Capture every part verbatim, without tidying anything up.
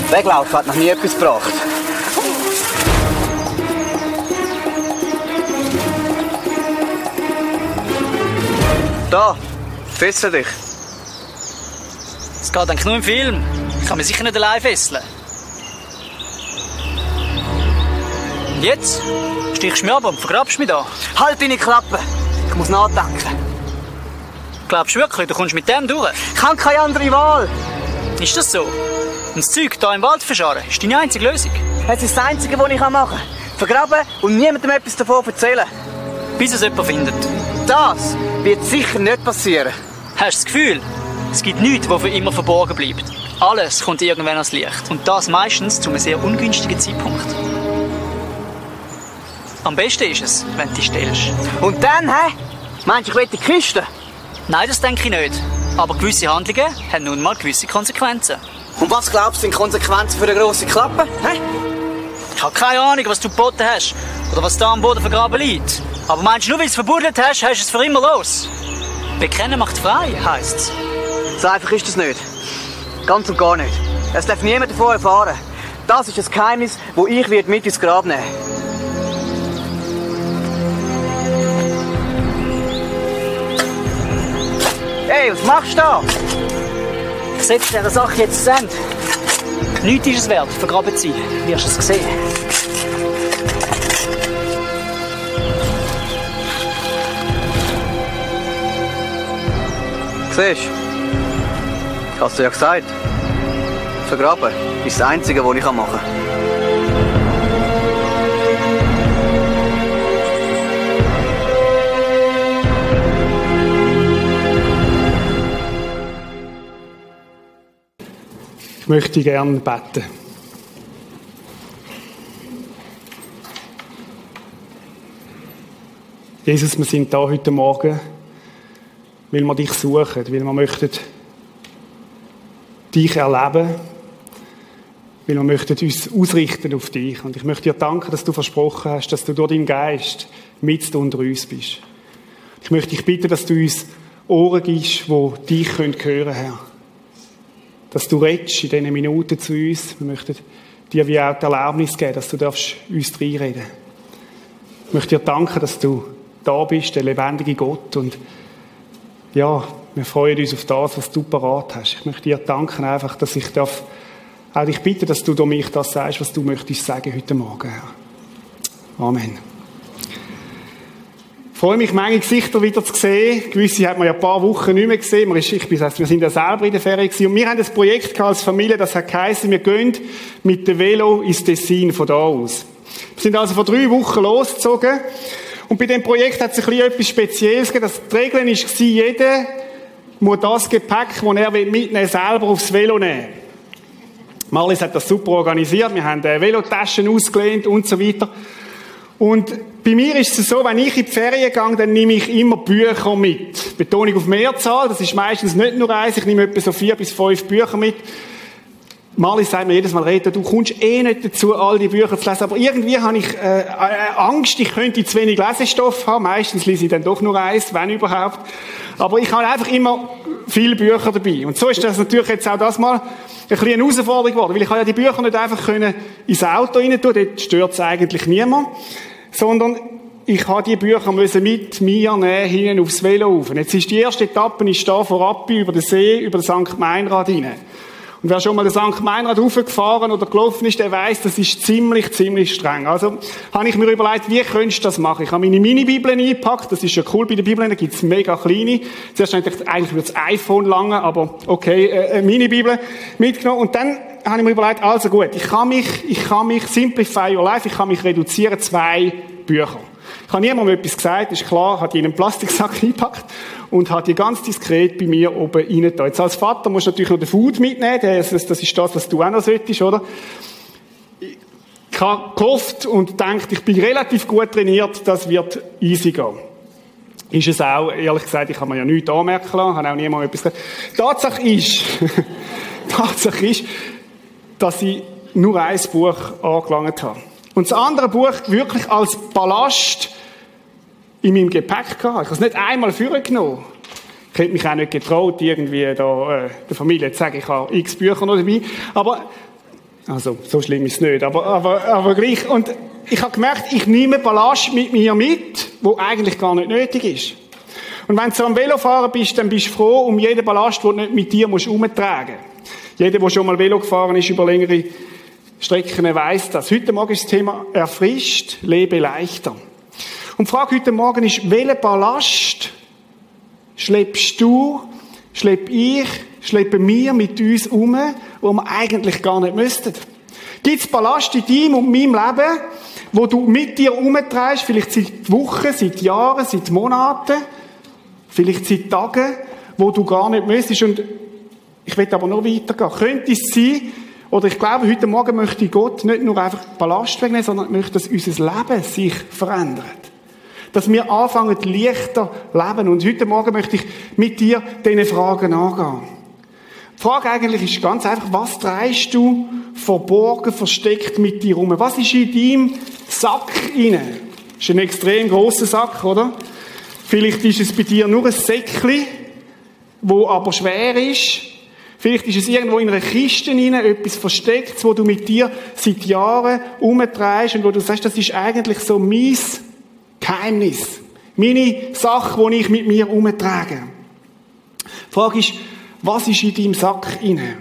Weglaufen hat noch nie etwas gebracht. Da, fessel dich. Es geht eigentlich nur im Film. Ich kann mich sicher nicht allein fesseln. Und jetzt? Stichst du mich ab und vergrabst mich da? Halt deine Klappe. Ich muss nachdenken. Glaubst du wirklich, du kommst mit dem durch? Ich habe keine andere Wahl. Ist das so? Und das Zeug hier im Wald verscharren ist deine einzige Lösung? Es ist das Einzige, was ich machen kann. Vergraben und niemandem etwas davon erzählen. Bis es jemand findet. Das wird sicher nicht passieren. Hast du das Gefühl, es gibt nichts, das für immer verborgen bleibt? Alles kommt irgendwann ans Licht. Und das meistens zu einem sehr ungünstigen Zeitpunkt. Am besten ist es, wenn du dich stellst. Und dann, hä? Meinst du, ich will die Kiste? Nein, das denke ich nicht. Aber gewisse Handlungen haben nun mal gewisse Konsequenzen. Und was glaubst du sind Konsequenzen für eine grosse Klappe? Hä? Ich habe keine Ahnung, was du geboten hast. Oder was da am Boden vergraben liegt. Aber meinst du, nur weil du es verbuddelt hast, hast du es für immer los? Bekennen macht frei, heisst es. So einfach ist das nicht. Ganz und gar nicht. Es darf niemand davon erfahren. Das ist das Geheimnis, das ich mit ins Grab nehmen werde. Hey, was machst du da? Ich setze dieser Sache jetzt zu Ende. Nichts ist es wert, vergraben zu sein. Wirst du es sehen. Siehst du? Ich hab's dir ja gesagt. Vergraben ist das Einzige, was ich machen kann. Ich möchte gerne beten. Jesus, wir sind da heute Morgen, weil wir dich suchen, weil wir möchten dich erleben, weil wir möchten uns ausrichten auf dich. Und ich möchte dir danken, dass du versprochen hast, dass du durch deinen Geist mit unter uns bist. Ich möchte dich bitten, dass du uns Ohren gibst, die dich hören können, Herr. Dass du redest in diesen Minuten zu uns. Wir möchten dir wie auch die Erlaubnis geben, dass du darfst uns reinreden darfst. Ich möchte dir danken, dass du da bist, der lebendige Gott. Und ja, wir freuen uns auf das, was du parat hast. Ich möchte dir danken einfach, dass ich darf auch dich bitten, dass du durch mich das sagst, was du möchtest sagen heute Morgen. Amen. Ich freue mich, manche Gesichter wieder zu sehen. Gewisse hat man ja ein paar Wochen nicht mehr gesehen. Ich bin, wir sind ja selber in der Ferien gewesen. Und wir haben ein Projekt als Familie, das hat geheißen, wir gehen mit dem Velo ins Tessin von da aus. Wir sind also vor drei Wochen losgezogen. Und bei dem Projekt hat es ein bisschen etwas Spezielles gegeben. Das die Regel war, jeder muss das Gepäck, das er mitnehmen will, selber aufs Velo nehmen. Marlies hat das super organisiert. Wir haben Velotaschen ausgelehnt und so weiter. Und bei mir ist es so, wenn ich in die Ferien gehe, dann nehme ich immer Bücher mit. Betonung auf Mehrzahl, das ist meistens nicht nur eins, ich nehme etwa so vier bis fünf Bücher mit. Marlies sagt mir jedes Mal, Rita, du kommst eh nicht dazu, all die Bücher zu lesen, aber irgendwie habe ich äh, Angst, ich könnte zu wenig Lesestoff haben. Meistens lese ich dann doch nur eins, wenn überhaupt. Aber ich habe einfach immer viele Bücher dabei. Und so ist das natürlich jetzt auch das mal ein bisschen eine Herausforderung geworden, weil ich ja die Bücher nicht einfach können ins Auto rein tun, dort stört es eigentlich niemand, sondern ich habe die Bücher müssen mit mir nehmen, hinten aufs Velo rauf. Und jetzt ist die erste Etappe, ich stehe vor Rappi über den See, über den Sankt Meinrad rein. Und wer schon mal den Sankt Meinrad raufgefahren oder gelaufen ist, der weiss, das ist ziemlich, ziemlich streng. Also habe ich mir überlegt, wie könntest du das machen? Ich habe meine Mini-Bibel eingepackt, das ist ja cool bei den Bibeln, da gibt es mega kleine. Zuerst dachte ich, eigentlich würde das iPhone langen, aber okay, äh, eine Mini-Bibel mitgenommen. Und dann habe ich mir überlegt, also gut, ich kann mich, ich kann mich, simplify your life, ich kann mich reduzieren, zwei Bücher. Ich habe niemandem etwas gesagt, ist klar, hat die in einen Plastiksack eingepackt und hat die ganz diskret bei mir oben rein da. Jetzt als Vater musst du natürlich noch den Food mitnehmen, das ist das, was du auch noch solltest, oder? Ich habe gehofft und gedacht, ich bin relativ gut trainiert, das wird easy gehen. Ist es auch, ehrlich gesagt, ich habe mir ja nichts anmerken lassen, habe auch niemandem etwas gesagt. Tatsache ist, Tatsache ist, dass ich nur ein Buch angelangt habe. Und das andere Buch wirklich als Ballast in meinem Gepäck gehabt. Ich habe es nicht einmal vorgenommen. Ich hätte mich auch nicht getraut, irgendwie da, äh, der Familie zu sagen, ich habe x Bücher noch dabei. Aber Also, so schlimm ist es nicht, aber, aber, aber gleich. Und ich habe gemerkt, ich nehme Ballast mit mir mit, wo eigentlich gar nicht nötig ist. Und wenn du so am Velofahren bist, dann bist du froh um jeden Ballast, den du nicht mit dir herumtragen musst. Jeder, der schon mal Velo gefahren ist über längere Strecken, weiss das. Heute Morgen ist das Thema erfrischt, lebe leichter. Und die Frage heute Morgen ist, welchen Ballast schleppst du, schlepp ich, schleppen wir mit uns um, wo wir eigentlich gar nicht müssten? Gibt es Ballast in deinem und meinem Leben, wo du mit dir umtreibst, vielleicht seit Wochen, seit Jahren, seit Monaten, vielleicht seit Tagen, wo du gar nicht müsstest? Und ich will aber noch weitergehen. Könnte es sein, oder ich glaube, heute Morgen möchte Gott nicht nur einfach Ballast wegnehmen, sondern möchte, dass unser Leben sich verändert. Dass wir anfangen, leichter leben. Und heute Morgen möchte ich mit dir diesen Fragen angehen. Die Frage eigentlich ist ganz einfach, was trägst du verborgen, versteckt mit dir rum? Was ist in deinem Sack inne? Das ist ein extrem grosser Sack, oder? Vielleicht ist es bei dir nur ein Säckchen, wo aber schwer ist. Vielleicht ist es irgendwo in einer Kiste inne, etwas Verstecktes, wo du mit dir seit Jahren umtreibst und wo du sagst, das ist eigentlich so mein Geheimnis. Meine Sache, die ich mit mir umtrage. Die Frage ist, was ist in deinem Sack inne?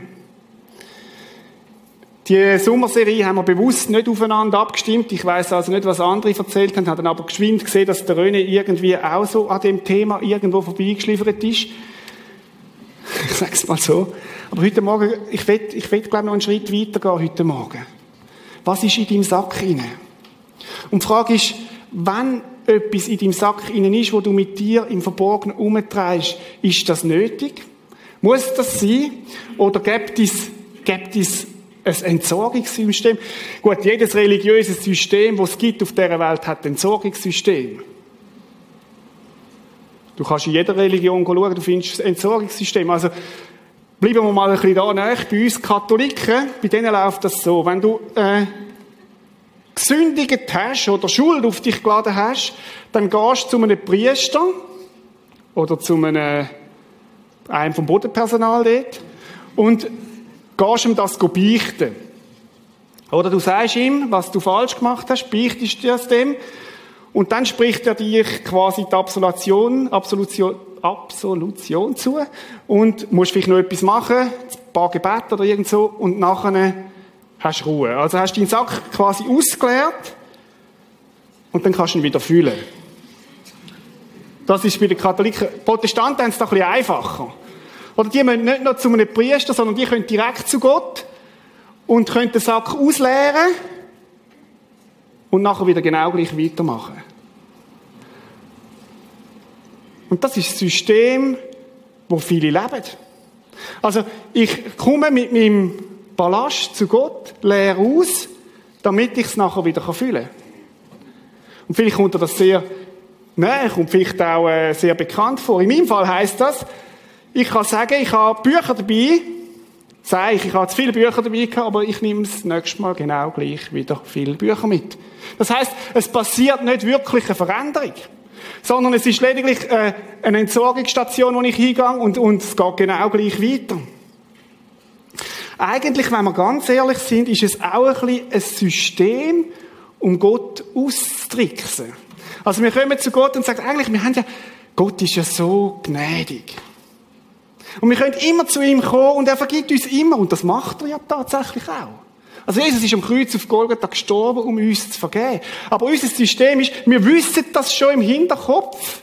Die Sommerserie haben wir bewusst nicht aufeinander abgestimmt. Ich weiss also nicht, was andere erzählt haben, habe dann aber geschwind gesehen, dass der René irgendwie auch so an dem Thema irgendwo vorbeigeschliffert ist. Ich sage es mal so. Aber heute Morgen, ich will, ich will, glaube ich, noch einen Schritt weiter gehen heute Morgen. Was ist in deinem Sack inne? Und die Frage ist, wenn etwas in deinem Sack innen ist, wo du mit dir im Verborgenen umtreibst, ist das nötig? Muss das sein? Oder gibt es, gibt es ein Entsorgungssystem? Gut, jedes religiöses System, das es gibt auf dieser Welt, hat ein Entsorgungssystem. Du kannst in jeder Religion schauen, du findest ein Entsorgungssystem. Also, bleiben wir mal ein bisschen da nahe. Bei uns Katholiken, bei denen läuft das so. Wenn du, äh, gesündigt hast oder Schuld auf dich geladen hast, dann gehst du zu einem Priester oder zu einem, einem vom Bodenpersonal dort und gehst ihm das beichten. Oder du sagst ihm, was du falsch gemacht hast, beichtest dir es dem und dann spricht er dir quasi die Absolution, Absolution, Absolution zu und musst vielleicht noch etwas machen, ein paar Gebete oder irgend so und nachher hast Ruhe. Also hast du deinen Sack quasi ausgeleert und dann kannst du ihn wieder füllen. Das ist bei den Katholiken. Protestanten haben es da ein bisschen einfacher. Oder die müssen nicht noch zu einem Priester, sondern die können direkt zu Gott und können den Sack ausleeren und nachher wieder genau gleich weitermachen. Und das ist das System, wo viele leben. Also ich komme mit meinem Ballast zu Gott, leer aus, damit ich es nachher wieder füllen kann. Und vielleicht kommt dir das sehr nahe, kommt vielleicht auch äh, sehr bekannt vor. In meinem Fall heisst das, ich kann sagen, ich habe Bücher dabei, sage ich, ich habe zu viele Bücher dabei gehabt, aber ich nehme das nächste Mal genau gleich wieder viele Bücher mit. Das heisst, es passiert nicht wirklich eine Veränderung, sondern es ist lediglich äh, eine Entsorgungsstation, wo ich hingehe und, und es geht genau gleich weiter. Eigentlich, wenn wir ganz ehrlich sind, ist es auch ein bisschen ein System, um Gott auszutricksen. Also wir kommen zu Gott und sagen, eigentlich, wir haben ja, Gott ist ja so gnädig. Und wir können immer zu ihm kommen und er vergibt uns immer. Und das macht er ja tatsächlich auch. Also Jesus ist am Kreuz auf Golgatha gestorben, um uns zu vergeben. Aber unser System ist, wir wissen das schon im Hinterkopf.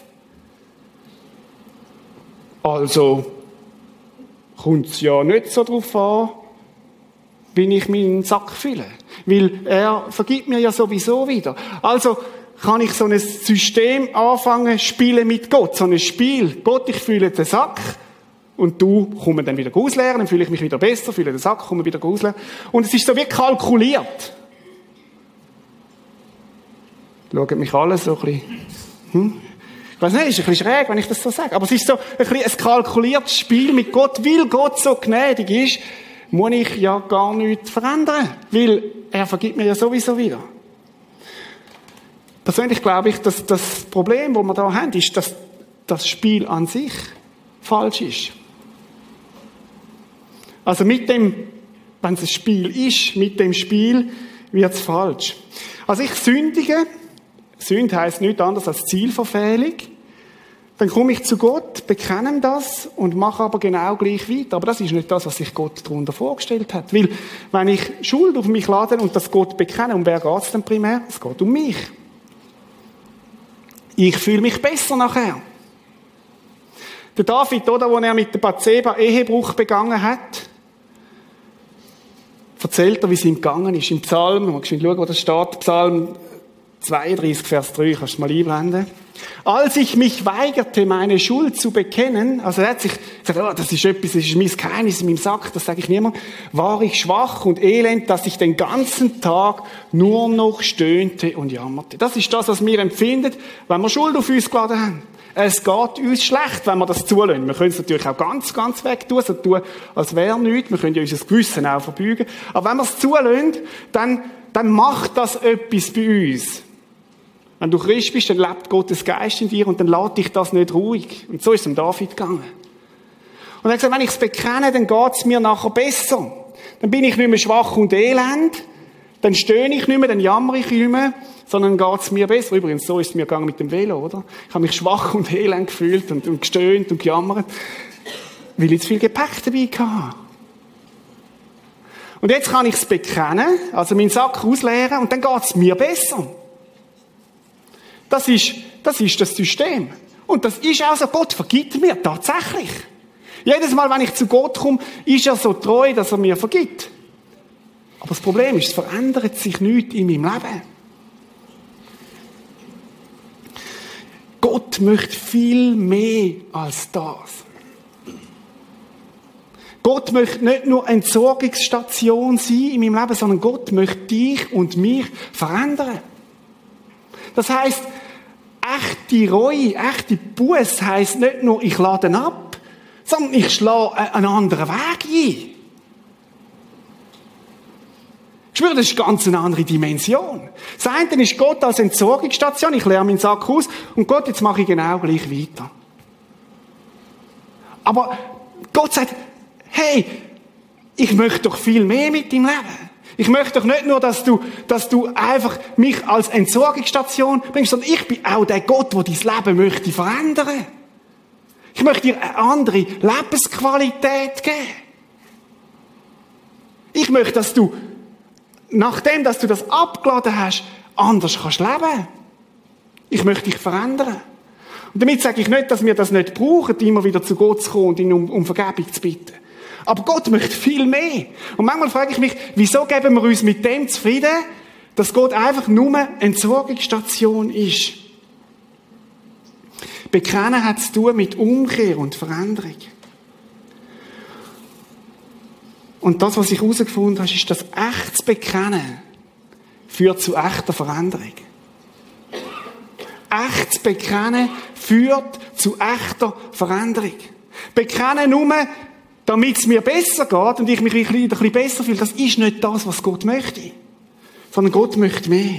Also kommt es ja nicht so darauf an, wie ich meinen Sack fülle. Weil er vergibt mir ja sowieso wieder. Also kann ich so ein System anfangen, spielen mit Gott. So ein Spiel. Gott, ich fülle den Sack. Und du kommst dann wieder ausleeren, dann fühle ich mich wieder besser, fühle den Sack, komme wieder ausleeren. Und es ist so wie kalkuliert. Schaut mich alle so ein bisschen, hm? Ich weiss nicht, ist ein bisschen schräg, wenn ich das so sage. Aber es ist so ein bisschen ein kalkuliertes Spiel mit Gott. Weil Gott so gnädig ist, muss ich ja gar nichts verändern. Weil er vergibt mir ja sowieso wieder. Persönlich glaube ich, dass das Problem, das wir da haben, ist, dass das Spiel an sich falsch ist. Also mit dem wenn es ein Spiel ist, mit dem Spiel wird es falsch. Also ich sündige, Sünde heisst nichts anderes als Zielverfehlung. Dann komme ich zu Gott, bekenne ihm das und mache aber genau gleich weiter. Aber das ist nicht das, was sich Gott darunter vorgestellt hat. Weil, wenn ich Schuld auf mich lade und das Gott bekenne, um wer geht es denn primär? Es geht um mich. Ich fühle mich besser nachher. Der David, oder, wo er mit der Bathseba Ehebruch begangen hat, erzählt er, wie es ihm gegangen ist. Im Psalm, mal schauen, wo das steht, Psalm zweiunddreißig, Vers drei, kannst du mal einblenden. Als ich mich weigerte, meine Schuld zu bekennen, also er hat sich gesagt, oh, das ist etwas, das ist mein Geheimnis in meinem Sack, das sage ich niemandem, war ich schwach und elend, dass ich den ganzen Tag nur noch stöhnte und jammerte. Das ist das, was wir empfinden, wenn wir Schuld auf uns geladen haben. Es geht uns schlecht, wenn wir das zulassen. Wir können es natürlich auch ganz, ganz weg tun, so tun, als wäre nichts. Wir können ja unser Gewissen auch verbeugen. Aber wenn wir es zulassen, dann, dann macht das etwas bei uns. Wenn du Christ bist, dann lebt Gottes Geist in dir und dann lässt dich das nicht ruhig. Und so ist es dem David gegangen. Und er hat gesagt, wenn ich es bekenne, dann geht es mir nachher besser. Dann bin ich nicht mehr schwach und elend, dann stöhne ich nicht mehr, dann jammer ich nicht mehr, sondern geht es mir besser. Übrigens, so ist es mir gegangen mit dem Velo, oder? Ich habe mich schwach und elend gefühlt und, und gestöhnt und gejammert, weil ich zu viel Gepäck dabei hatte. Und jetzt kann ich es bekennen, also meinen Sack ausleeren und dann geht es mir besser. Das ist, das ist das System. Und das ist auch so, Gott vergibt mir tatsächlich. Jedes Mal, wenn ich zu Gott komme, ist er so treu, dass er mir vergibt. Aber das Problem ist, es verändert sich nichts in meinem Leben. Gott möchte viel mehr als das. Gott möchte nicht nur eine Entsorgungsstation sein in meinem Leben, sondern Gott möchte dich und mich verändern. Das heisst, echte Reue, echte Buße heisst nicht nur, ich lade ihn ab, sondern ich schlage einen anderen Weg ein. Ich spüre, das ist ganz eine andere Dimension. Das eine ist Gott als Entsorgungsstation, ich leere meinen Sack aus und Gott, jetzt mache ich genau gleich weiter. Aber Gott sagt, hey, ich möchte doch viel mehr mit deinem Leben. Ich möchte doch nicht nur, dass du, dass du einfach mich als Entsorgungsstation bringst, sondern ich bin auch der Gott, der dein Leben möchte verändern. Ich möchte dir eine andere Lebensqualität geben. Ich möchte, dass du, nachdem, dass du das abgeladen hast, anders kannst leben. Ich möchte dich verändern. Und damit sage ich nicht, dass wir das nicht brauchen, immer wieder zu Gott zu kommen und ihn um, um Vergebung zu bitten. Aber Gott möchte viel mehr. Und manchmal frage ich mich, wieso geben wir uns mit dem zufrieden, dass Gott einfach nur eine Entsorgungsstation ist? Bekennen hat zu tun mit Umkehr und Veränderung. Und das, was ich herausgefunden habe, ist, dass echtes Bekennen führt zu echter Veränderung. Echtes Bekennen führt zu echter Veränderung. Bekennen nur, damit es mir besser geht und ich mich wieder ein bisschen besser fühle, das ist nicht das, was Gott möchte. Sondern Gott möchte mehr.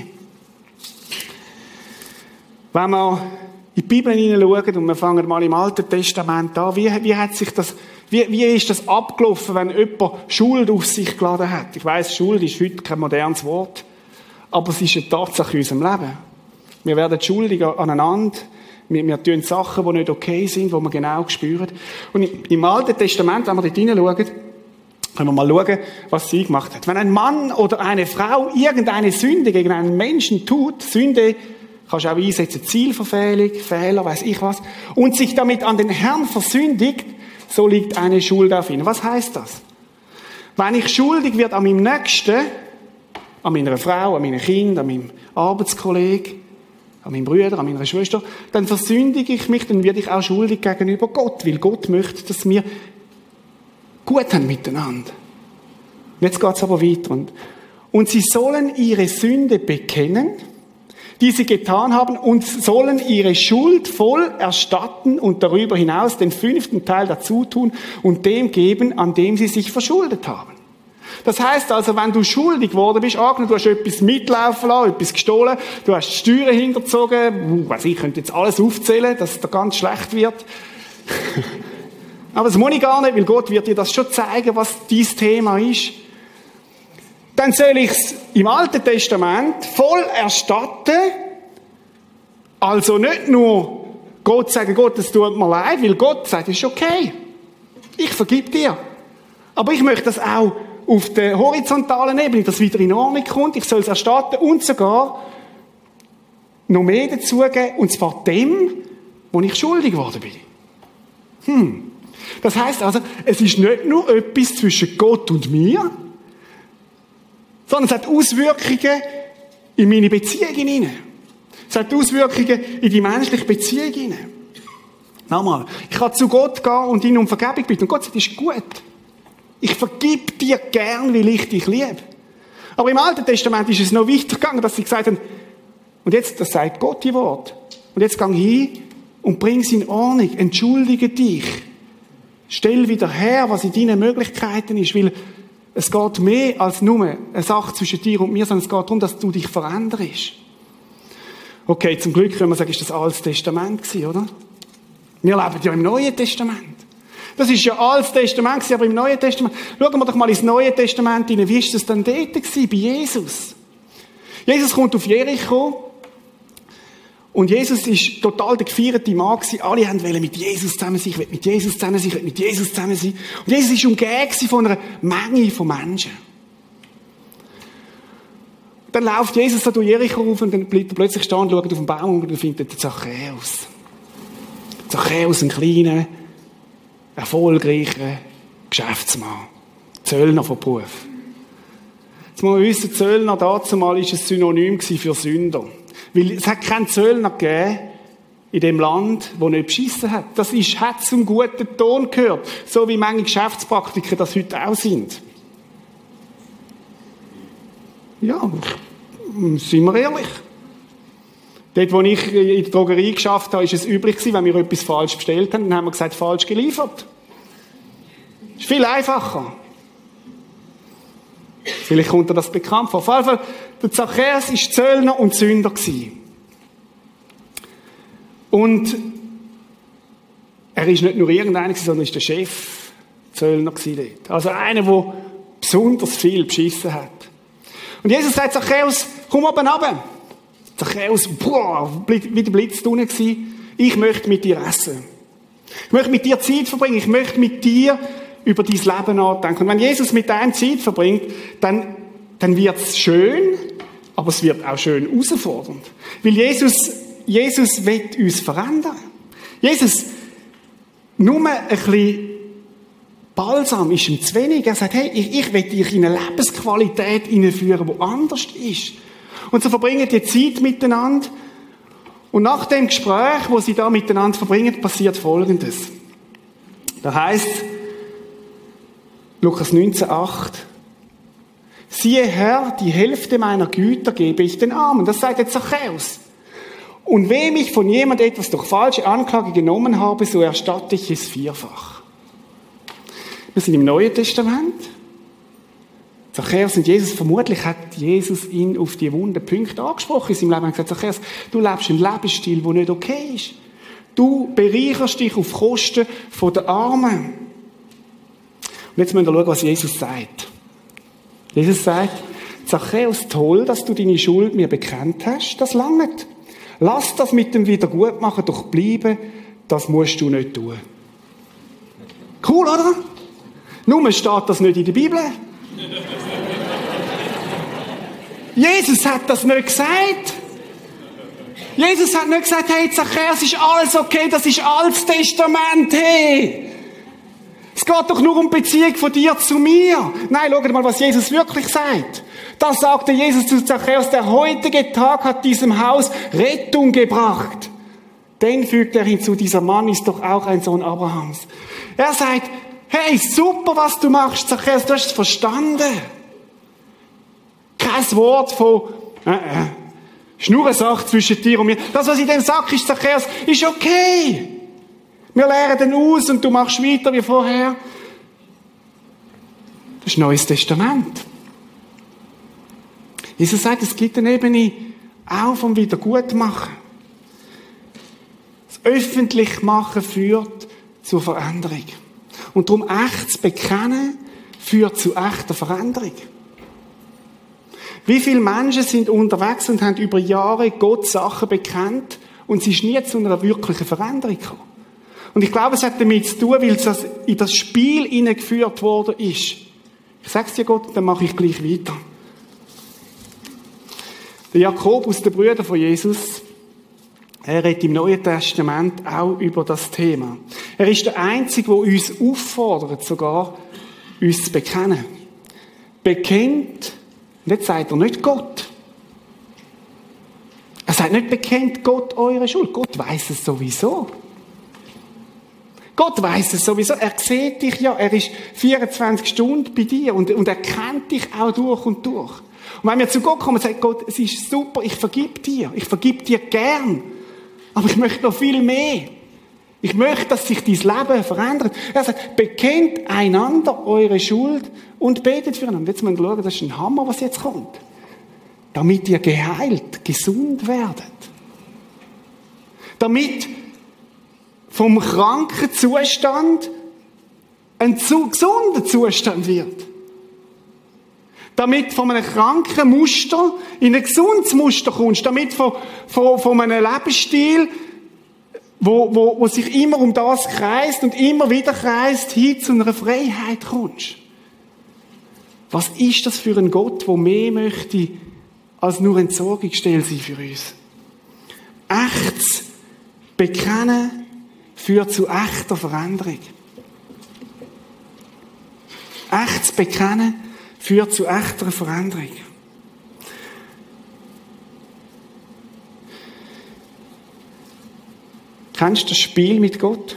Wenn wir in die Bibel hineinschauen und wir fangen mal im Alten Testament an, wie, wie hat sich das, wie, wie ist das abgelaufen, wenn jemand Schuld auf sich geladen hat? Ich weiss, Schuld ist heute kein modernes Wort, aber es ist eine Tatsache in unserem Leben. Wir werden schuldig aneinander. Wir, wir tun Sachen, die nicht okay sind, die wir genau spüren. Und im Alten Testament, wenn wir dort hineinschauen, können wir mal schauen, was sie gemacht hat. Wenn ein Mann oder eine Frau irgendeine Sünde gegen einen Menschen tut, Sünde kannst du auch einsetzen, Zielverfehlung, Fehler, weiss ich was, und sich damit an den Herrn versündigt, so liegt eine Schuld auf ihn. Was heisst das? Wenn ich schuldig werde an meinem Nächsten, an meiner Frau, an meinem Kind, an meinem Arbeitskollegen, an meinem Bruder, an meiner Schwester, dann versündige ich mich, dann werde ich auch schuldig gegenüber Gott, weil Gott möchte, dass wir gut haben miteinander. Jetzt geht es aber weiter. Und, und sie sollen ihre Sünde bekennen, die sie getan haben, und sollen ihre Schuld voll erstatten und darüber hinaus den fünften Teil dazu tun und dem geben, an dem sie sich verschuldet haben. Das heisst also, wenn du schuldig geworden bist, angenommen, du hast etwas mitlaufen lassen, etwas gestohlen, du hast die Steuern hinterzogen, uh, weiss ich, könnte jetzt alles aufzählen, dass es da ganz schlecht wird. Aber das muss ich gar nicht, weil Gott wird dir das schon zeigen, was dein Thema ist. dann soll ich es im Alten Testament voll erstatten. Also nicht nur Gott sagen, Gott, es tut mir leid, weil Gott sagt, es ist okay. Ich vergib dir. Aber ich möchte das auch auf der horizontalen Ebene, dass wieder in Ordnung kommt. Ich soll es erstatten und sogar noch mehr dazugeben, und zwar dem, wo ich schuldig geworden bin. Hm. Das heisst also, es ist nicht nur etwas zwischen Gott und mir, sondern es hat Auswirkungen in meine Beziehungen hinein. Es hat Auswirkungen in die menschliche Beziehung hinein. Nochmal, ich kann zu Gott gehen und ihn um Vergebung bitten. Und Gott sagt, das ist gut. Ich vergib dir gern, weil ich dich liebe. Aber im Alten Testament ist es noch weitergegangen, dass sie gesagt haben, und jetzt, das sagt Gott die Wort. Und jetzt gang hin und bring es in Ordnung. Entschuldige dich. Stell wieder her, was in deinen Möglichkeiten ist, weil es geht mehr als nur eine Sache zwischen dir und mir, sondern es geht darum, dass du dich veränderst. Okay, zum Glück können wir sagen, ist das Altes Testament gewesen, oder? Wir leben ja im Neuen Testament. Das ist ja Altes Testament gewesen, aber im Neuen Testament. Schauen wir doch mal ins Neue Testament hinein. Wie ist das denn dort gewesen, bei Jesus? Jesus kommt auf Jericho. Und Jesus ist total der gefeierte Mann gewesen. Alle wollten mit Jesus zusammen sein. Ich will mit Jesus zusammen sein. Ich will mit Jesus zusammen sein. Und Jesus war umgeben von einer Menge von Menschen. Dann läuft Jesus so durch Jericho rauf und dann bleibt er plötzlich stehen und schaut auf den Baum und dann findet er Zachäus. Zachäus, ein kleiner, erfolgreicher Geschäftsmann. Zöllner von Beruf. Jetzt muss man wissen, Zöllner dazumal war ein Synonym für Sünder. Weil es hat keinen Zöllner gegeben in dem Land, der nicht beschissen hat. Das ist, hat zum guten Ton gehört. So wie manche Geschäftspraktiker das heute auch sind. Ja, sind wir ehrlich. Dort, wo ich in der Drogerie geschafft habe, war es üblich gewesen, wenn wir etwas falsch bestellt haben, dann haben wir gesagt, falsch geliefert. Das ist viel einfacher. Vielleicht kommt dir das bekannt vor. Auf jeden Fall, der Zachäus war Zöllner und Sünder gewesen. Und er ist nicht nur irgendeiner, sondern ist der Chef Zöllner gewesen dort. Also einer, der besonders viel beschissen hat. Und Jesus sagt, Zachäus, komm oben runter. Zachäus, boah, wie der Blitz drinnen gewesen. Ich möchte mit dir essen. Ich möchte mit dir Zeit verbringen. Ich möchte mit dir über dein Leben nachdenken. Und wenn Jesus mit einem Zeit verbringt, dann, dann wird es schön, aber es wird auch schön herausfordernd. Weil Jesus, Jesus will uns verändern. Jesus, nur ein bisschen Balsam ist ihm zu wenig. Er sagt, hey, ich, ich will dich in eine Lebensqualität hineinführen, die anders ist. Und so verbringen die Zeit miteinander. Und nach dem Gespräch, wo sie da miteinander verbringen, passiert Folgendes. Da heisst, Lukas neunzehn, acht. Siehe Herr, die Hälfte meiner Güter gebe ich den Armen. Das sagt jetzt Zachäus. Und wem ich von jemand etwas durch falsche Anklage genommen habe, so erstatte ich es vierfach. Wir sind im Neuen Testament. Zachäus und Jesus, vermutlich hat Jesus ihn auf die wunden Punkte angesprochen in seinem Leben. Er hat gesagt, Zachäus, du lebst einen Lebensstil, der nicht okay ist. Du bereicherst dich auf Kosten der Armen. Und jetzt müssen wir schauen, was Jesus sagt. Jesus sagt, Zachäus, toll, dass du deine Schuld mir bekannt hast, das langt. Lass das mit dem Wiedergutmachen doch bleiben, das musst du nicht tun. Cool, oder? Nur steht das nicht in der Bibel. Jesus hat das nicht gesagt. Jesus hat nicht gesagt, hey, Zachäus, ist alles okay, das ist Altes Testament, hey. Es geht doch nur um die Beziehung von dir zu mir. Nein, schau mal, was Jesus wirklich sagt. Da sagte Jesus zu Zachäus, der heutige Tag hat diesem Haus Rettung gebracht. Dann fügt er hinzu, dieser Mann ist doch auch ein Sohn Abrahams. Er sagt, hey, super, was du machst, Zachäus, du hast es verstanden. Kein Wort von, äh, äh, ist nur eine Sache zwischen dir und mir. Das, was ich dem sage, ist, Zachäus, ist okay. Wir lernen den aus und du machst weiter wie vorher. Das ist Neues Testament. Jesus sagt, es gibt eine Ebene auch vom Wiedergutmachen. Das Öffentlichmachen führt zur Veränderung. Und darum echt zu bekennen, führt zu echter Veränderung. Wie viele Menschen sind unterwegs und haben über Jahre Gott Sachen bekennt und sie ist nie zu einer wirklichen Veränderung gekommen. Und ich glaube, es hat damit zu tun, weil es in das Spiel hineingeführt worden ist. Ich sage es dir, Gott, dann mache ich gleich weiter. Der Jakobus, der Bruder von Jesus, er redet im Neuen Testament auch über das Thema. Er ist der Einzige, der uns auffordert, sogar uns zu bekennen. Bekennt, und jetzt sagt er nicht Gott. Er sagt nicht, bekennt Gott eure Schuld. Gott weiss es sowieso. Gott weiss es sowieso. Er sieht dich ja. Er ist vierundzwanzig Stunden bei dir und, und er kennt dich auch durch und durch. Und wenn wir zu Gott kommen und sagen, Gott, es ist super, ich vergib dir. Ich vergib dir gern. Aber ich möchte noch viel mehr. Ich möchte, dass sich dein Leben verändert. Er sagt, bekennt einander eure Schuld und betet füreinander. Jetzt müssen wir schauen, das ist ein Hammer, was jetzt kommt. Damit ihr geheilt, gesund werdet. Damit vom kranken Zustand ein zu gesunder Zustand wird. Damit von einem kranken Muster in ein gesundes Muster kommst. Damit von, von, von einem Lebensstil, wo, wo, wo sich immer um das kreist und immer wieder kreist, hin zu einer Freiheit kommst. Was ist das für ein Gott, der mehr möchte, als nur Entsorgungsstelle sein für uns? Echtes Bekennen führt zu echter Veränderung. Echtes Bekennen führt zu echter Veränderung. Kennst du das Spiel mit Gott?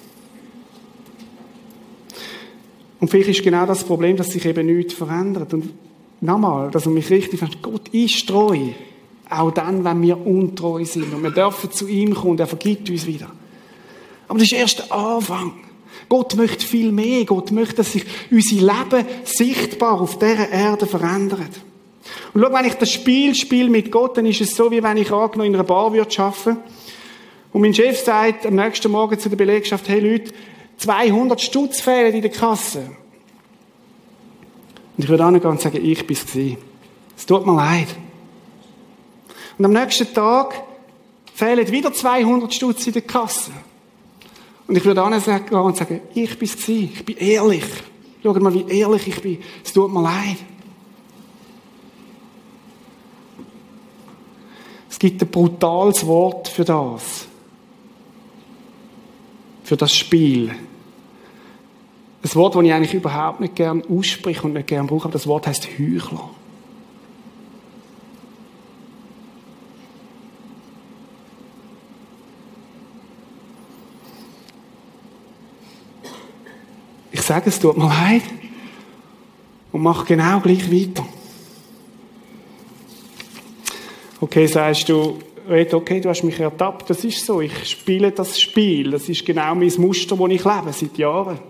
Und vielleicht ist genau das Problem, dass sich eben nichts verändert. Und nochmal, dass man mich richtig versteht, Gott ist treu. Auch dann, wenn wir untreu sind. Und wir dürfen zu ihm kommen und er vergibt uns wieder. Aber das ist erst der Anfang. Gott möchte viel mehr. Gott möchte, dass sich unser Leben sichtbar auf dieser Erde verändert. Und schau, wenn ich das Spiel spiele mit Gott, dann ist es so, wie wenn ich angenommen in einer Bar würde arbeiten. Und mein Chef sagt am nächsten Morgen zu der Belegschaft, hey Leute, zweihundert Stutz fehlen in der Kasse. Und ich würde hingehen und sagen, ich bin's gewesen. Es tut mir leid. Und am nächsten Tag fehlen wieder zweihundert Stutz in der Kasse. Und ich würde hingehen und sagen, ich bin's gewesen. Ich bin ehrlich. Schaut mal, wie ehrlich ich bin. Es tut mir leid. Es gibt ein brutales Wort für das. Für das Spiel. Ein Wort, das ich eigentlich überhaupt nicht gern ausspreche und nicht gern brauche, aber das Wort heisst Heuchler. Ich sage, es tut mir leid und mache genau gleich weiter. Okay, sagst du, okay, du hast mich ertappt, das ist so, ich spiele das Spiel, das ist genau mein Muster, das ich lebe, seit Jahren.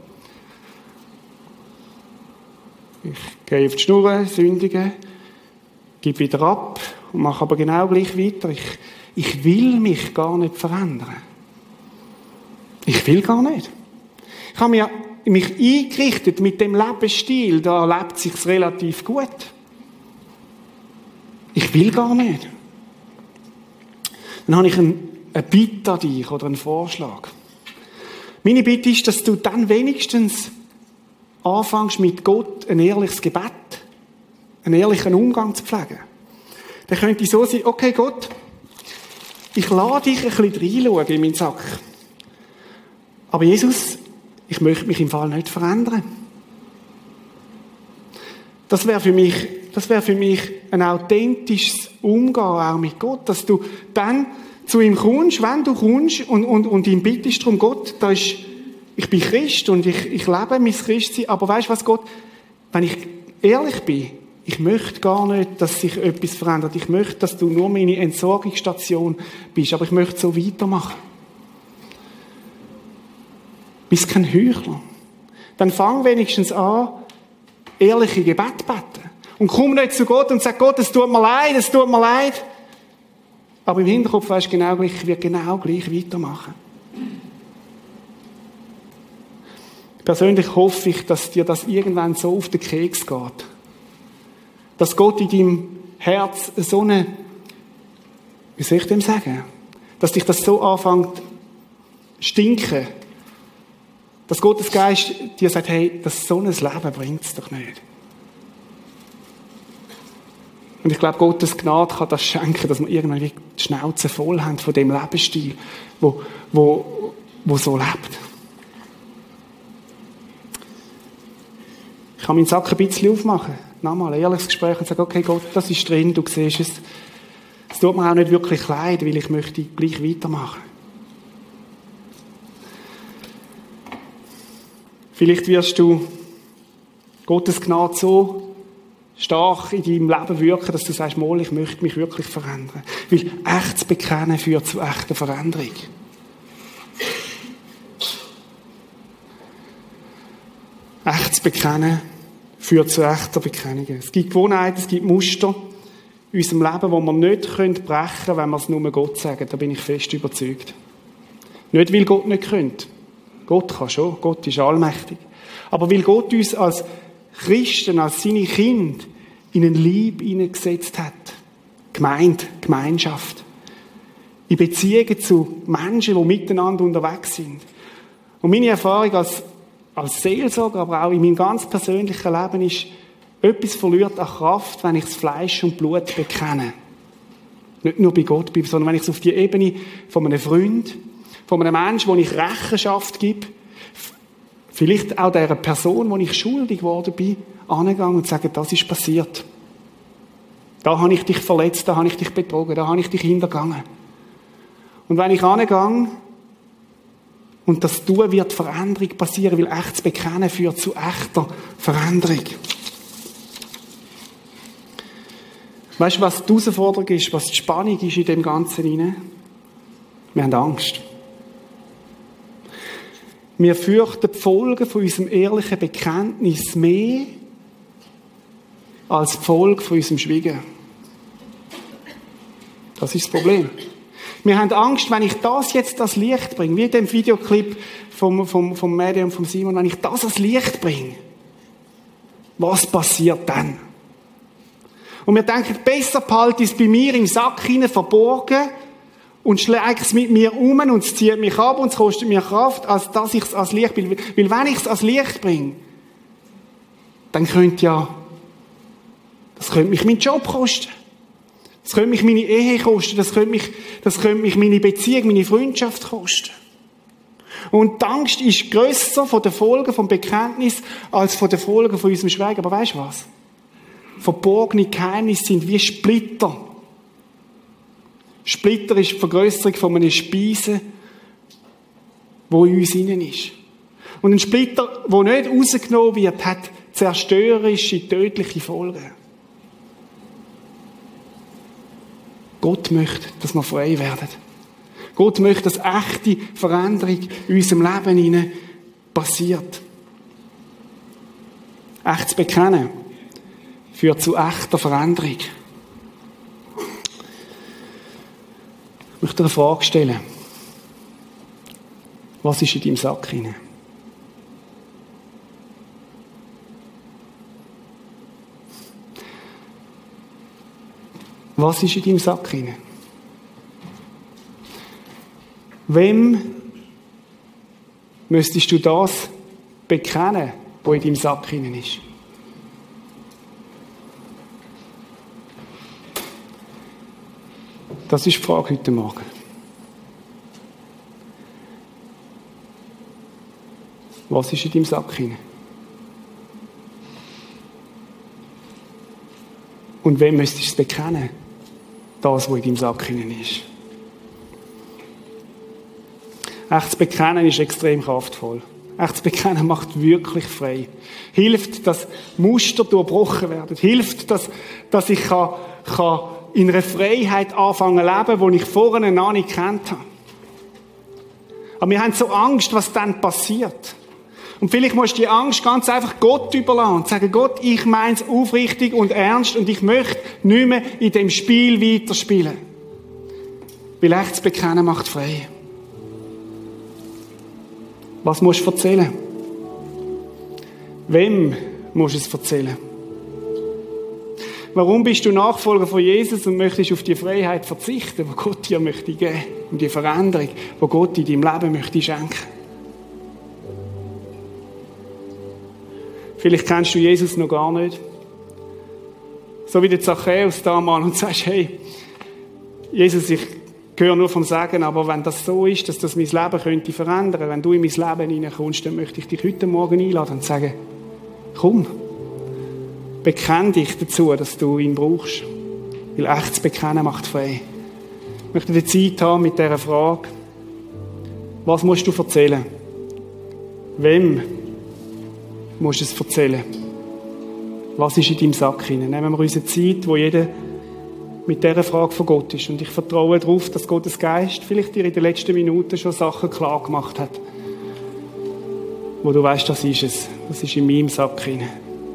Ich gehe auf die Schnur, sündige, gebe wieder ab und mache aber genau gleich weiter. Ich, ich will mich gar nicht verändern. Ich will gar nicht. Ich habe mir, mich eingerichtet mit dem Lebensstil, da lebt es sich relativ gut. Ich will gar nicht. Dann habe ich eine Bitte an dich oder einen Vorschlag. Meine Bitte ist, dass du dann wenigstens anfängst, mit Gott ein ehrliches Gebet, einen ehrlichen Umgang zu pflegen. Dann könnte so sein, okay Gott, ich lade dich ein bisschen reinschauen in meinen Sack. Aber Jesus, ich möchte mich im Fall nicht verändern. Das wäre für mich, das wäre für mich ein authentisches Umgehen auch mit Gott, dass du dann zu ihm kommst, wenn du kommst und, und, und ihm bittest darum, Gott, da ist, ich bin Christ und ich, ich lebe mein Christsein, aber weißt du was, Gott, wenn ich ehrlich bin, ich möchte gar nicht, dass sich etwas verändert. Ich möchte, dass du nur meine Entsorgungsstation bist, aber ich möchte so weitermachen. Bist kein Heuchler. Dann fang wenigstens an, ehrliche Gebete zu beten. Und komm nicht zu Gott und sag, Gott, es tut mir leid, es tut mir leid. Aber im Hinterkopf weißt du genau gleich, ich werde genau gleich weitermachen. Persönlich hoffe ich, dass dir das irgendwann so auf den Keks geht. Dass Gott in deinem Herz so eine, wie soll ich dem sagen, dass dich das so anfängt stinken, dass Gottes Geist dir sagt, hey, das so ein Leben bringt es doch nicht. Und ich glaube, Gottes Gnade kann das schenken, dass wir irgendwann die Schnauze voll haben von dem Lebensstil, wo, wo, wo so lebt. Ich kann meinen Sack ein bisschen aufmachen, nochmal ein ehrliches Gespräch und sagen, okay Gott, das ist drin, du siehst es. Es tut mir auch nicht wirklich leid, weil ich möchte gleich weitermachen. Vielleicht wirst du Gottes Gnade so stark in deinem Leben wirken, dass du sagst, mal, ich möchte mich wirklich verändern. Weil echtes Bekennen führt zu echter Veränderung. Echtes Bekennen führt zu echter Bekennung. Es gibt Gewohnheiten, es gibt Muster in unserem Leben, die wir nicht brechen können, wenn wir es nur Gott sagen. Da bin ich fest überzeugt. Nicht, weil Gott nicht könnte. Gott kann schon. Gott ist allmächtig. Aber weil Gott uns als Christen, als seine Kinder in einen Lieb hineingesetzt hat. Gemeinde, Gemeinschaft. In Beziehungen zu Menschen, die miteinander unterwegs sind. Und meine Erfahrung als, als Seelsorger, aber auch in meinem ganz persönlichen Leben ist, etwas verliert an Kraft, wenn ich das Fleisch und Blut bekenne. Nicht nur bei Gott bleibe, sondern wenn ich es auf die Ebene von einem Freund, von einem Menschen, wo ich Rechenschaft gebe, vielleicht auch dieser Person, wo ich schuldig geworden bin, angegangen und sagen, das ist passiert. Da habe ich dich verletzt, da habe ich dich betrogen, da habe ich dich hintergangen. Und wenn ich angehe und das tue, wird Veränderung passieren, weil echtes Bekennen führt zu echter Veränderung. Weißt du, was die Herausforderung ist, was die Spannung ist in dem Ganzen hinein? Wir haben Angst. Wir fürchten die Folgen von unserem ehrlichen Bekenntnis mehr als die Folge von unserem Schweigen. Das ist das Problem. Wir haben Angst, wenn ich das jetzt als Licht bringe, wie in dem Videoclip vom, vom, vom Medium, vom Simon, wenn ich das als Licht bringe, was passiert dann? Und wir denken, besser behalte ich es bei mir im Sack hinein verborgen und schläge es mit mir um und es zieht mich ab und es kostet mir Kraft, als dass ich es als Licht bringe. Weil wenn ich es als Licht bringe, dann könnte ja, das könnte mich meinen Job kosten. Das könnte mich meine Ehe kosten. Das könnte mich, das könnte mich meine Beziehung, meine Freundschaft kosten. Und die Angst ist grösser von den Folgen vom Bekenntnis als von den Folgen von unserem Schweigen. Aber weißt du was? Verborgene Geheimnisse sind wie Splitter. Splitter ist die Vergrösserung von einem Speisen, wo in uns innen ist. Und ein Splitter, der nicht rausgenommen wird, hat zerstörerische, tödliche Folgen. Gott möchte, dass wir frei werden. Gott möchte, dass echte Veränderung in unserem Leben hinein passiert. Echtes Bekennen führt zu echter Veränderung. Ich möchte dir eine Frage stellen. Was ist in deinem Sack hinein? Was ist in deinem Sack hinein? Wem müsstest du das bekennen, was in deinem Sack hinein ist? Das ist die Frage heute Morgen. Was ist in deinem Sack hinein? Und wem müsstest du es bekennen? Das, was in deinem Sack hinein ist. Echtes Bekennen ist extrem kraftvoll. Echtes Bekennen macht wirklich frei. Hilft, dass Muster durchbrochen werden. Hilft, dass, dass ich kann, kann in einer Freiheit anfangen zu leben, die ich vorher noch nicht gekannt habe. Aber wir haben so Angst, was dann passiert. Und vielleicht musst du die Angst ganz einfach Gott überlassen und sagen, Gott, ich meine es aufrichtig und ernst und ich möchte nicht mehr in dem Spiel weiterspielen. Weil echtes Bekennen macht frei. Was musst du erzählen? Wem musst du es erzählen? Warum bist du Nachfolger von Jesus und möchtest auf die Freiheit verzichten, die Gott dir möchte geben, und die Veränderung, die Gott in deinem Leben möchte schenken? Vielleicht kennst du Jesus noch gar nicht. So wie der Zachäus damals und sagst, hey, Jesus, ich höre nur vom Sagen, aber wenn das so ist, dass das mein Leben könnte verändern, wenn du in mein Leben hineinkommst, dann möchte ich dich heute Morgen einladen und sagen, komm, bekenn dich dazu, dass du ihn brauchst. Weil echtes Bekennen macht frei. Ich möchte die Zeit haben mit dieser Frage, was musst du erzählen? Wem musst du es erzählen? Was ist in deinem Sack hinein? Nehmen wir unsere Zeit, wo jeder mit dieser Frage von Gott ist. Und ich vertraue darauf, dass Gottes Geist vielleicht dir in den letzten Minuten schon Sachen klar gemacht hat. Wo du weißt, das ist es. Das ist in meinem Sack hinein.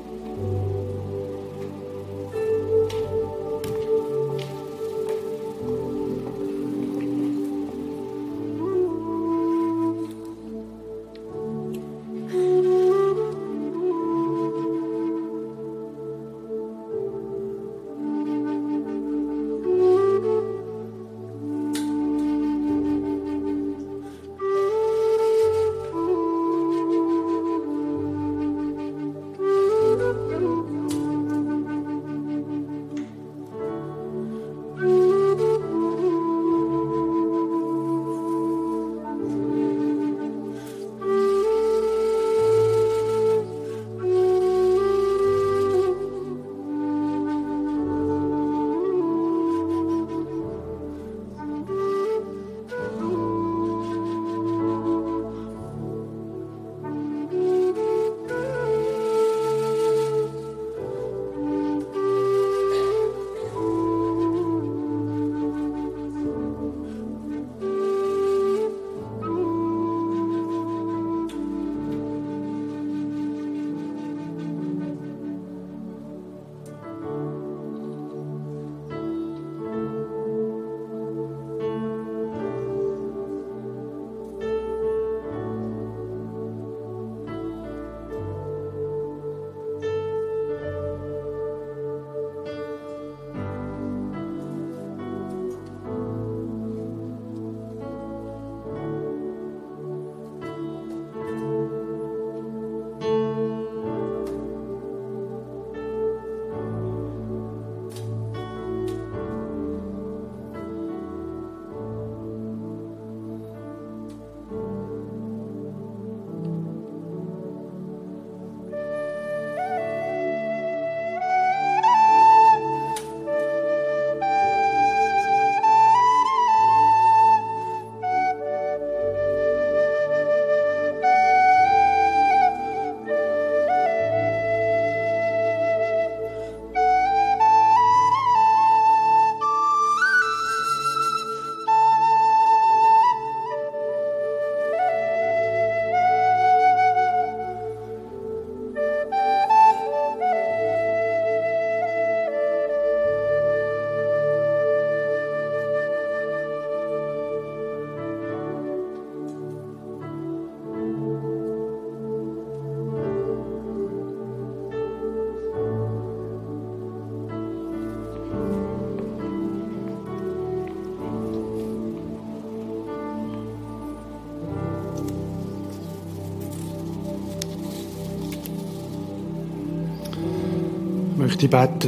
möchte ich beten.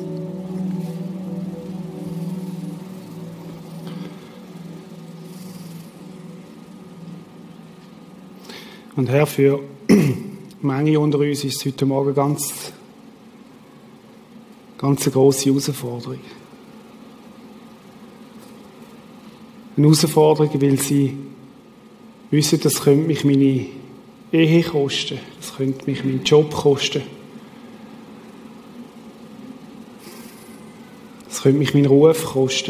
Und Herr, für manche unter uns ist es heute Morgen ganz, ganz eine grosse Herausforderung. Eine Herausforderung, weil sie wissen, das könnte mich meine Ehe kosten, das könnte mich meinen Job kosten, das könnte mich meinen Ruf kosten.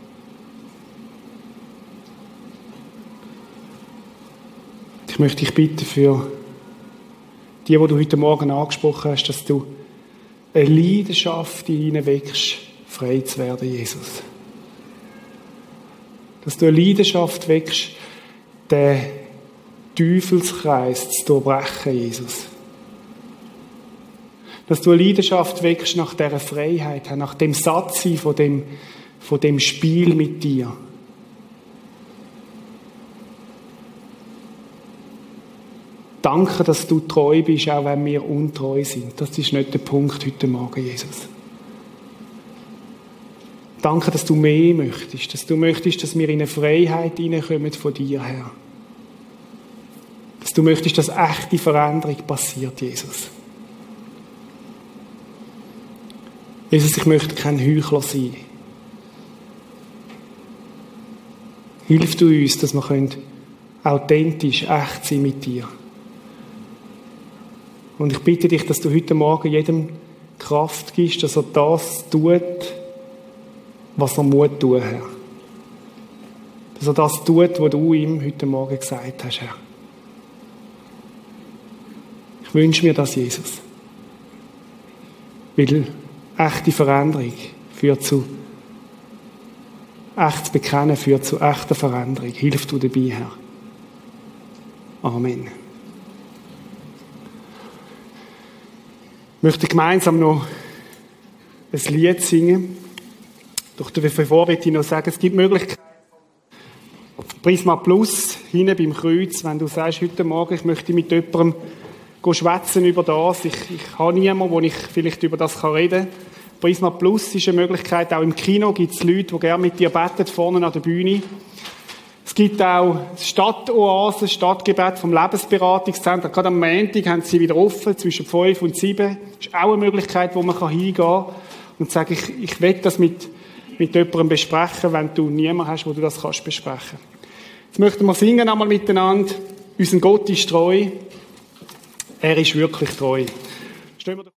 Ich möchte dich bitten für die, die du heute Morgen angesprochen hast, dass du eine Leidenschaft in ihnen weckst, frei zu werden, Jesus. Dass du eine Leidenschaft weckst, den Teufelskreis zu durchbrechen, Jesus. Dass du eine Leidenschaft wächst nach dieser Freiheit, nach dem Sattsein von dem, von dem Spiel mit dir. Danke, dass du treu bist, auch wenn wir untreu sind. Das ist nicht der Punkt heute Morgen, Jesus. Danke, dass du mehr möchtest, dass du möchtest, dass wir in eine Freiheit hineinkommen von dir her. Dass du möchtest, dass echte Veränderung passiert, Jesus. Jesus, ich möchte kein Heuchler sein. Hilf du uns, dass wir authentisch, echt sein mit dir. Und ich bitte dich, dass du heute Morgen jedem Kraft gibst, dass er das tut, was er muss tun, Herr. Dass er das tut, was du ihm heute Morgen gesagt hast, Herr. Ich wünsche mir das, Jesus. Weil echte Veränderung führt zu, echtes Bekennen führt zu echter Veränderung. Hilf du dabei, Herr. Amen. Ich möchte gemeinsam noch ein Lied singen. Doch bevor möchte ich noch sagen, es gibt Möglichkeiten. Prisma Plus, hinten beim Kreuz, wenn du sagst, heute Morgen, ich möchte mit jemandem schwätzen über das. Ich, ich habe niemanden, wo ich vielleicht über das reden kann. Prisma Plus ist eine Möglichkeit. Auch im Kino gibt es Leute, die gerne mit dir beten, vorne an der Bühne. Es gibt auch Stadtoasen, Stadtgebet vom Lebensberatungszentrum. Gerade am Montag haben sie wieder offen, zwischen fünf und sieben. Das ist auch eine Möglichkeit, wo man hingehen kann und sagen, ich, ich will das mit, mit jemandem besprechen, wenn du niemanden hast, wo du das kannst besprechen. Jetzt möchten wir singen einmal miteinander. Unser Gott ist treu. Er ist wirklich treu. Stehen wir